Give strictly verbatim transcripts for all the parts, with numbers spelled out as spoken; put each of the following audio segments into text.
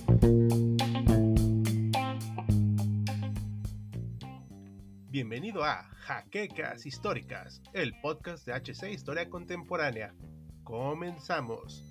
Bienvenido a Jaquecas Históricas, el podcast de H C Historia Contemporánea. Comenzamos.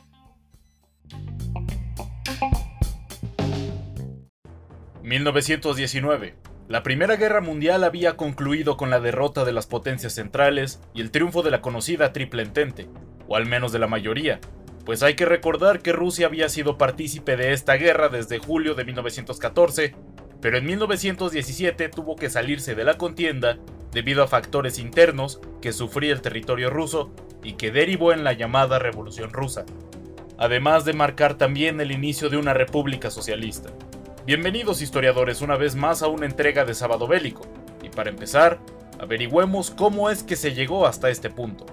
mil novecientos diecinueve. La Primera Guerra Mundial había concluido con la derrota de las potencias centrales y el triunfo de la conocida Triple Entente, o al menos de la mayoría, pues hay que recordar que Rusia había sido partícipe de esta guerra desde julio de mil novecientos catorce, pero en mil novecientos diecisiete tuvo que salirse de la contienda debido a factores internos que sufría el territorio ruso y que derivó en la llamada Revolución Rusa, además de marcar también el inicio de una república socialista. Bienvenidos historiadores una vez más a una entrega de Sábado Bélico, y para empezar, averigüemos cómo es que se llegó hasta este punto.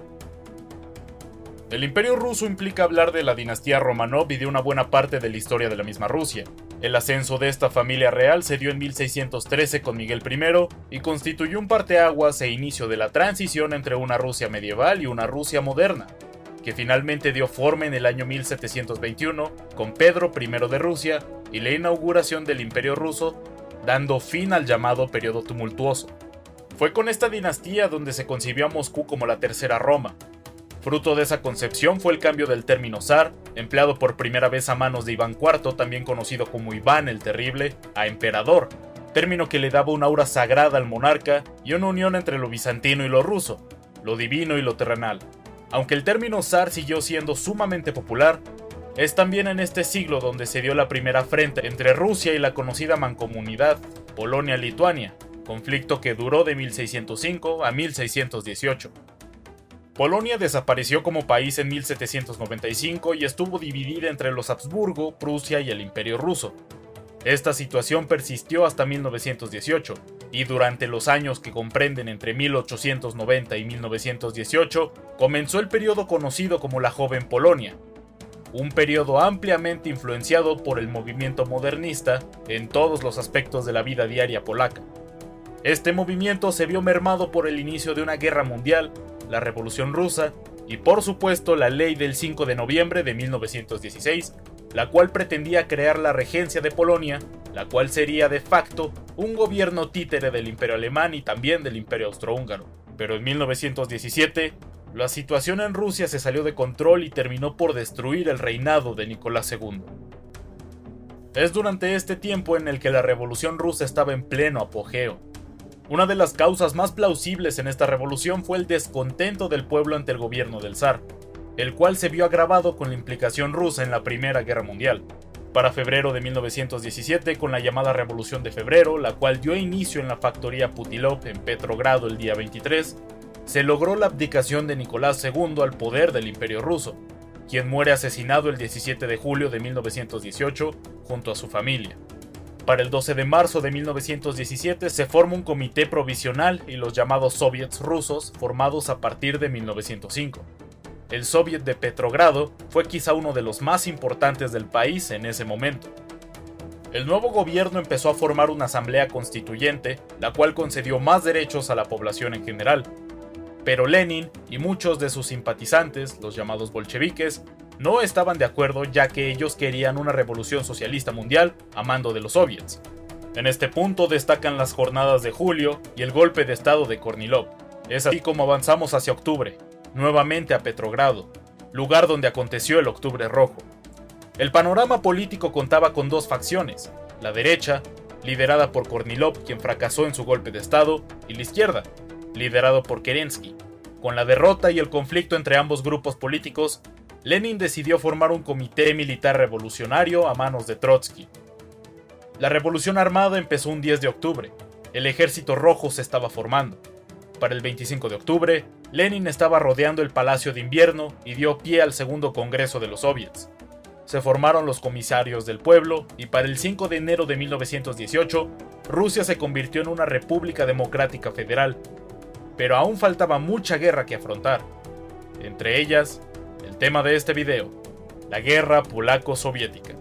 El Imperio Ruso implica hablar de la dinastía Románov y de una buena parte de la historia de la misma Rusia. El ascenso de esta familia real se dio en mil seiscientos trece con Miguel primero y constituyó un parteaguas e inicio de la transición entre una Rusia medieval y una Rusia moderna, que finalmente dio forma en el año mil setecientos veintiuno con Pedro primero de Rusia y la inauguración del Imperio Ruso, dando fin al llamado periodo tumultuoso. Fue con esta dinastía donde se concibió a Moscú como la Tercera Roma. Fruto de esa concepción fue el cambio del término zar, empleado por primera vez a manos de Iván cuarto, también conocido como Iván el Terrible, a emperador, término que le daba un aura sagrada al monarca y una unión entre lo bizantino y lo ruso, lo divino y lo terrenal. Aunque el término zar siguió siendo sumamente popular, es también en este siglo donde se dio la primera afrenta entre Rusia y la conocida mancomunidad Polonia-Lituania, conflicto que duró de mil seiscientos cinco a mil seiscientos dieciocho. Polonia desapareció como país en mil setecientos noventa y cinco y estuvo dividida entre los Habsburgo, Prusia y el Imperio Ruso. Esta situación persistió hasta mil novecientos dieciocho, y durante los años que comprenden entre mil ochocientos noventa y mil novecientos dieciocho, comenzó el periodo conocido como la Joven Polonia, un periodo ampliamente influenciado por el movimiento modernista en todos los aspectos de la vida diaria polaca. Este movimiento se vio mermado por el inicio de una guerra mundial, la Revolución Rusa y por supuesto la ley del cinco de noviembre de mil novecientos dieciséis, la cual pretendía crear la regencia de Polonia, la cual sería de facto un gobierno títere del Imperio Alemán y también del Imperio Austrohúngaro. Pero en mil novecientos diecisiete, la situación en Rusia se salió de control y terminó por destruir el reinado de Nicolás segundo. Es durante este tiempo en el que la Revolución Rusa estaba en pleno apogeo. Una de las causas más plausibles en esta revolución fue el descontento del pueblo ante el gobierno del zar, el cual se vio agravado con la implicación rusa en la Primera Guerra Mundial. Para febrero de mil novecientos diecisiete, con la llamada Revolución de Febrero, la cual dio inicio en la factoría Putilov en Petrogrado el día veintitrés, se logró la abdicación de Nicolás segundo al poder del Imperio Ruso, quien muere asesinado el diecisiete de julio de mil novecientos dieciocho junto a su familia. Para el doce de marzo de mil novecientos diecisiete se forma un comité provisional y los llamados soviets rusos, formados a partir de mil novecientos cinco. El Soviet de Petrogrado fue quizá uno de los más importantes del país en ese momento. El nuevo gobierno empezó a formar una asamblea constituyente, la cual concedió más derechos a la población en general. Pero Lenin y muchos de sus simpatizantes, los llamados bolcheviques, no estaban de acuerdo, ya que ellos querían una revolución socialista mundial a mando de los soviets. En este punto destacan las jornadas de julio y el golpe de estado de Kornilov. Es así como avanzamos hacia octubre, nuevamente a Petrogrado, lugar donde aconteció el Octubre Rojo. El panorama político contaba con dos facciones, la derecha, liderada por Kornilov, quien fracasó en su golpe de estado, y la izquierda, liderado por Kerensky. Con la derrota y el conflicto entre ambos grupos políticos, Lenin decidió formar un comité militar revolucionario a manos de Trotsky. La revolución armada empezó un diez de octubre. El ejército rojo se estaba formando. Para el veinticinco de octubre, Lenin estaba rodeando el Palacio de Invierno y dio pie al segundo congreso de los soviets. Se formaron los comisarios del pueblo y para el cinco de enero de mil novecientos dieciocho, Rusia se convirtió en una república democrática federal. Pero aún faltaba mucha guerra que afrontar. Entre ellas, el tema de este video, la guerra polaco-soviética.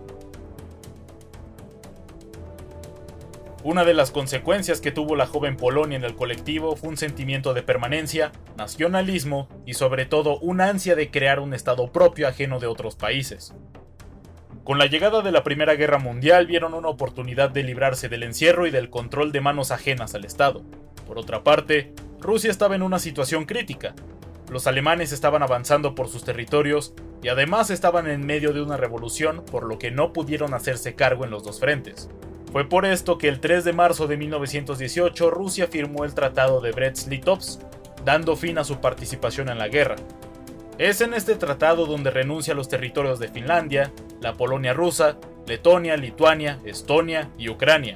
Una de las consecuencias que tuvo la joven Polonia en el colectivo fue un sentimiento de permanencia, nacionalismo y sobre todo una ansia de crear un estado propio ajeno de otros países. Con la llegada de la Primera Guerra Mundial vieron una oportunidad de librarse del encierro y del control de manos ajenas al Estado. Por otra parte, Rusia estaba en una situación crítica. Los alemanes estaban avanzando por sus territorios y además estaban en medio de una revolución, por lo que no pudieron hacerse cargo en los dos frentes. Fue por esto que el tres de marzo de mil novecientos dieciocho Rusia firmó el Tratado de Brest-Litovsk, dando fin a su participación en la guerra. Es en este tratado donde renuncia a los territorios de Finlandia, la Polonia rusa, Letonia, Lituania, Estonia y Ucrania.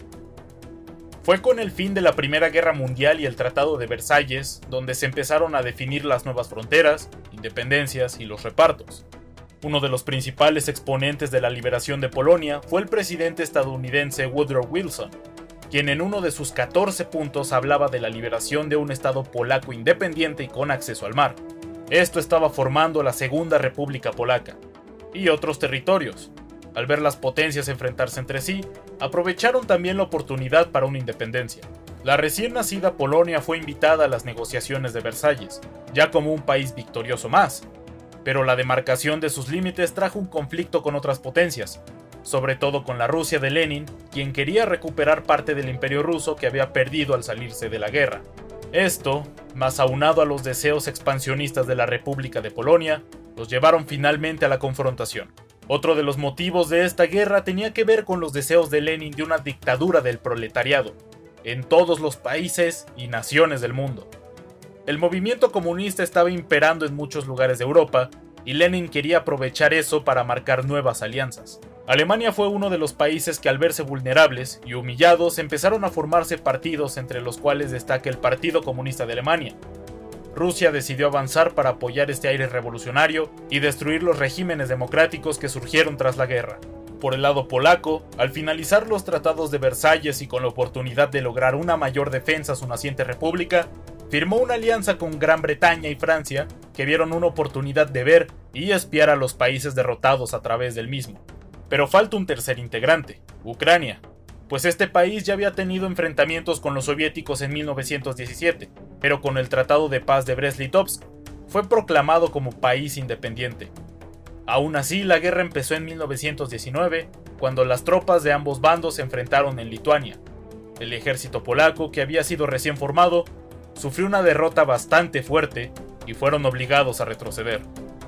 Fue con el fin de la Primera Guerra Mundial y el Tratado de Versalles donde se empezaron a definir las nuevas fronteras, independencias y los repartos. Uno de los principales exponentes de la liberación de Polonia fue el presidente estadounidense Woodrow Wilson, quien en uno de sus catorce puntos hablaba de la liberación de un estado polaco independiente y con acceso al mar. Esto estaba formando la Segunda República Polaca, y otros territorios. Al ver las potencias enfrentarse entre sí, aprovecharon también la oportunidad para una independencia. La recién nacida Polonia fue invitada a las negociaciones de Versalles, ya como un país victorioso más, pero la demarcación de sus límites trajo un conflicto con otras potencias, sobre todo con la Rusia de Lenin, quien quería recuperar parte del imperio ruso que había perdido al salirse de la guerra. Esto, más aunado a los deseos expansionistas de la República de Polonia, los llevaron finalmente a la confrontación. Otro de los motivos de esta guerra tenía que ver con los deseos de Lenin de una dictadura del proletariado, en todos los países y naciones del mundo. El movimiento comunista estaba imperando en muchos lugares de Europa, y Lenin quería aprovechar eso para marcar nuevas alianzas. Alemania fue uno de los países que al verse vulnerables y humillados empezaron a formarse partidos, entre los cuales destaca el Partido Comunista de Alemania. Rusia decidió avanzar para apoyar este aire revolucionario y destruir los regímenes democráticos que surgieron tras la guerra. Por el lado polaco, al finalizar los tratados de Versalles y con la oportunidad de lograr una mayor defensa a su naciente república, firmó una alianza con Gran Bretaña y Francia, que vieron una oportunidad de ver y espiar a los países derrotados a través del mismo. Pero falta un tercer integrante, Ucrania, pues este país ya había tenido enfrentamientos con los soviéticos en mil novecientos diecisiete, pero con el Tratado de Paz de Brest-Litovsk fue proclamado como país independiente. Aún así, la guerra empezó en mil novecientos diecinueve, cuando las tropas de ambos bandos se enfrentaron en Lituania. El ejército polaco, que había sido recién formado, sufrió una derrota bastante fuerte y fueron obligados a retroceder.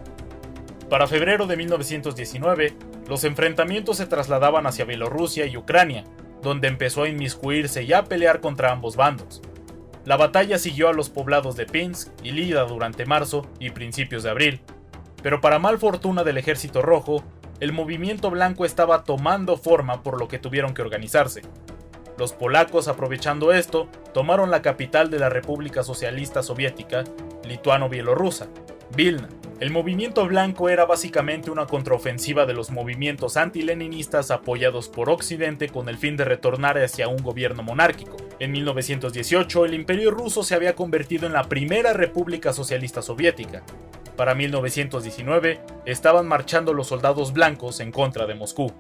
Para febrero de mil novecientos diecinueve, los enfrentamientos se trasladaban hacia Bielorrusia y Ucrania, donde empezó a inmiscuirse y a pelear contra ambos bandos. La batalla siguió a los poblados de Pinsk y Lida durante marzo y principios de abril, pero para mal fortuna del Ejército Rojo, el movimiento blanco estaba tomando forma, por lo que tuvieron que organizarse. Los polacos, aprovechando esto, tomaron la capital de la República Socialista Soviética, lituano-bielorrusa, Vilna. El movimiento blanco era básicamente una contraofensiva de los movimientos antileninistas apoyados por Occidente con el fin de retornar hacia un gobierno monárquico. En mil novecientos dieciocho, el Imperio ruso se había convertido en la primera República Socialista Soviética. Para mil novecientos diecinueve, estaban marchando los soldados blancos en contra de Moscú.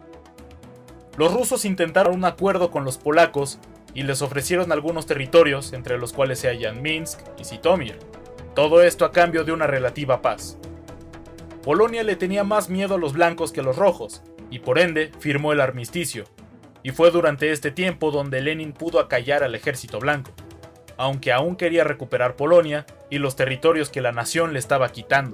Los rusos intentaron un acuerdo con los polacos y les ofrecieron algunos territorios, entre los cuales se hallan Minsk y Zitomir. Todo esto a cambio de una relativa paz. Polonia le tenía más miedo a los blancos que a los rojos, y por ende firmó el armisticio, y fue durante este tiempo donde Lenin pudo acallar al ejército blanco, aunque aún quería recuperar Polonia y los territorios que la nación le estaba quitando.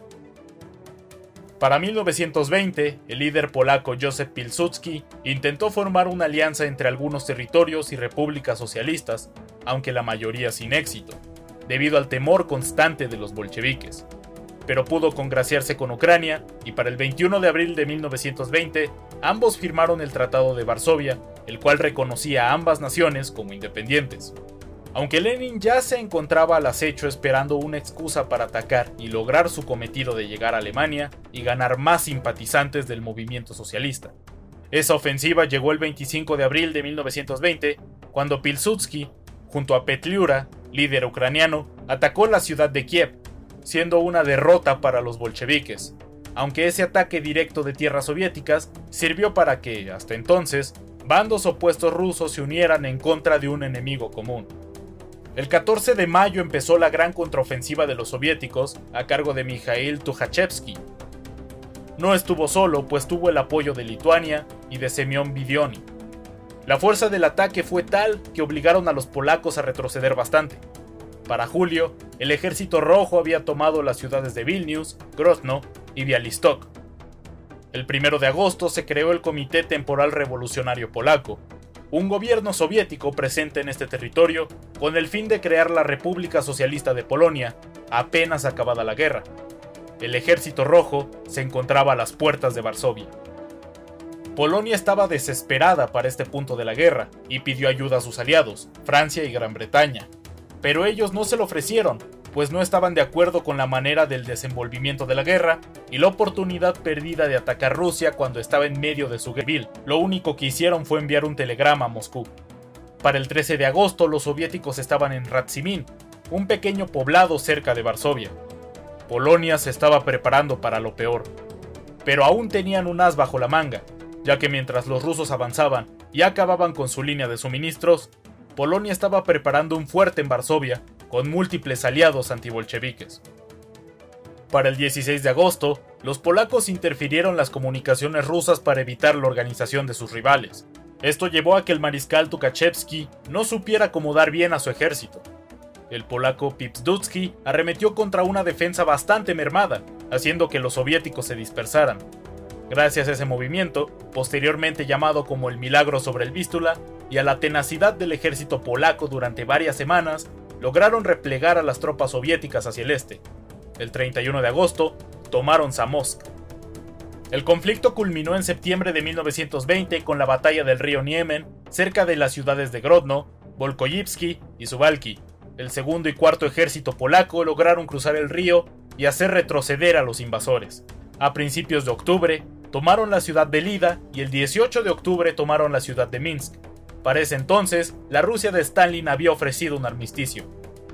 Para mil novecientos veinte, el líder polaco Józef Pilsudski intentó formar una alianza entre algunos territorios y repúblicas socialistas, aunque la mayoría sin éxito, debido al temor constante de los bolcheviques. Pero pudo congraciarse con Ucrania, y para el veintiuno de abril de mil novecientos veinte, ambos firmaron el Tratado de Varsovia, el cual reconocía a ambas naciones como independientes. Aunque Lenin ya se encontraba al acecho esperando una excusa para atacar y lograr su cometido de llegar a Alemania y ganar más simpatizantes del movimiento socialista. Esa ofensiva llegó el veinticinco de abril de mil novecientos veinte, cuando Pilsudski, junto a Petliura, líder ucraniano, atacó la ciudad de Kiev, siendo una derrota para los bolcheviques, aunque ese ataque directo de tierras soviéticas sirvió para que, hasta entonces, bandos opuestos rusos se unieran en contra de un enemigo común. El catorce de mayo empezó la gran contraofensiva de los soviéticos a cargo de Mikhail Tukhachevsky. no estuvo solo, pues tuvo el apoyo de Lituania y de Semyon Vidioni. La fuerza del ataque fue tal que obligaron a los polacos a retroceder bastante. Para julio, el Ejército Rojo había tomado las ciudades de Vilnius, Grodno y Białystok. El primero de agosto se creó el Comité Temporal Revolucionario Polaco, un gobierno soviético presente en este territorio con el fin de crear la República Socialista de Polonia apenas acabada la guerra. El Ejército Rojo se encontraba a las puertas de Varsovia. Polonia estaba desesperada para este punto de la guerra y pidió ayuda a sus aliados, Francia y Gran Bretaña. Pero ellos no se lo ofrecieron, pues no estaban de acuerdo con la manera del desenvolvimiento de la guerra y la oportunidad perdida de atacar Rusia cuando estaba en medio de su guerra. Lo único que hicieron fue enviar un telegrama a Moscú. Para el trece de agosto los soviéticos estaban en Radzimin, un pequeño poblado cerca de Varsovia. Polonia se estaba preparando para lo peor, pero aún tenían un as bajo la manga, ya que mientras los rusos avanzaban y acababan con su línea de suministros, Polonia estaba preparando un fuerte en Varsovia con múltiples aliados antibolcheviques. Para el dieciséis de agosto, los polacos interfirieron las comunicaciones rusas para evitar la organización de sus rivales. Esto llevó a que el mariscal Tukhachevsky no supiera acomodar bien a su ejército. El polaco Pilsudski arremetió contra una defensa bastante mermada, haciendo que los soviéticos se dispersaran. Gracias a ese movimiento, posteriormente llamado como el Milagro sobre el Vístula, y a la tenacidad del ejército polaco durante varias semanas, lograron replegar a las tropas soviéticas hacia el este. El treinta y uno de agosto, tomaron Zamosk. El conflicto culminó en septiembre de mil novecientos veinte con la batalla del río Niemen, cerca de las ciudades de Grodno, Volkoyivsky y Suwałki. El segundo y cuarto ejército polaco lograron cruzar el río y hacer retroceder a los invasores. A principios de octubre, tomaron la ciudad de Lida y el dieciocho de octubre tomaron la ciudad de Minsk. Para ese entonces, la Rusia de Stalin había ofrecido un armisticio.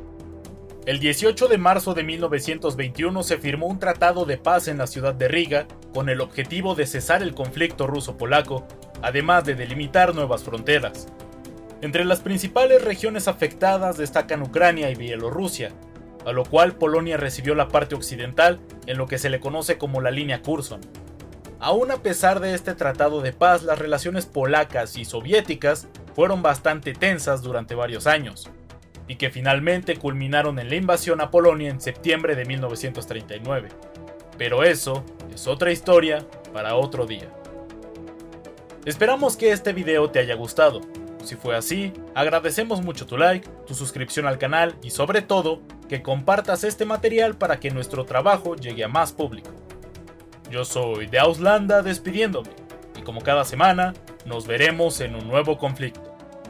El dieciocho de marzo de mil novecientos veintiuno se firmó un tratado de paz en la ciudad de Riga con el objetivo de cesar el conflicto ruso-polaco, además de delimitar nuevas fronteras. Entre las principales regiones afectadas destacan Ucrania y Bielorrusia, a lo cual Polonia recibió la parte occidental en lo que se le conoce como la línea Curzon. Aún a pesar de este tratado de paz, las relaciones polacas y soviéticas fueron bastante tensas durante varios años, y que finalmente culminaron en la invasión a Polonia en septiembre de mil novecientos treinta y nueve. Pero eso es otra historia para otro día. Esperamos que este video te haya gustado. Si fue así, agradecemos mucho tu like, tu suscripción al canal y sobre todo, que compartas este material para que nuestro trabajo llegue a más público. Yo soy de Auslanda despidiéndome, y como cada semana, nos veremos en un nuevo conflicto.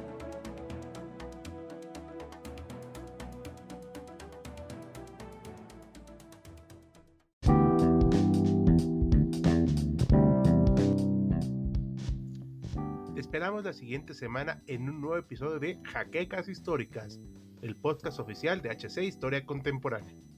Te esperamos la siguiente semana en un nuevo episodio de Jaquecas Históricas, el podcast oficial de H C Historia Contemporánea.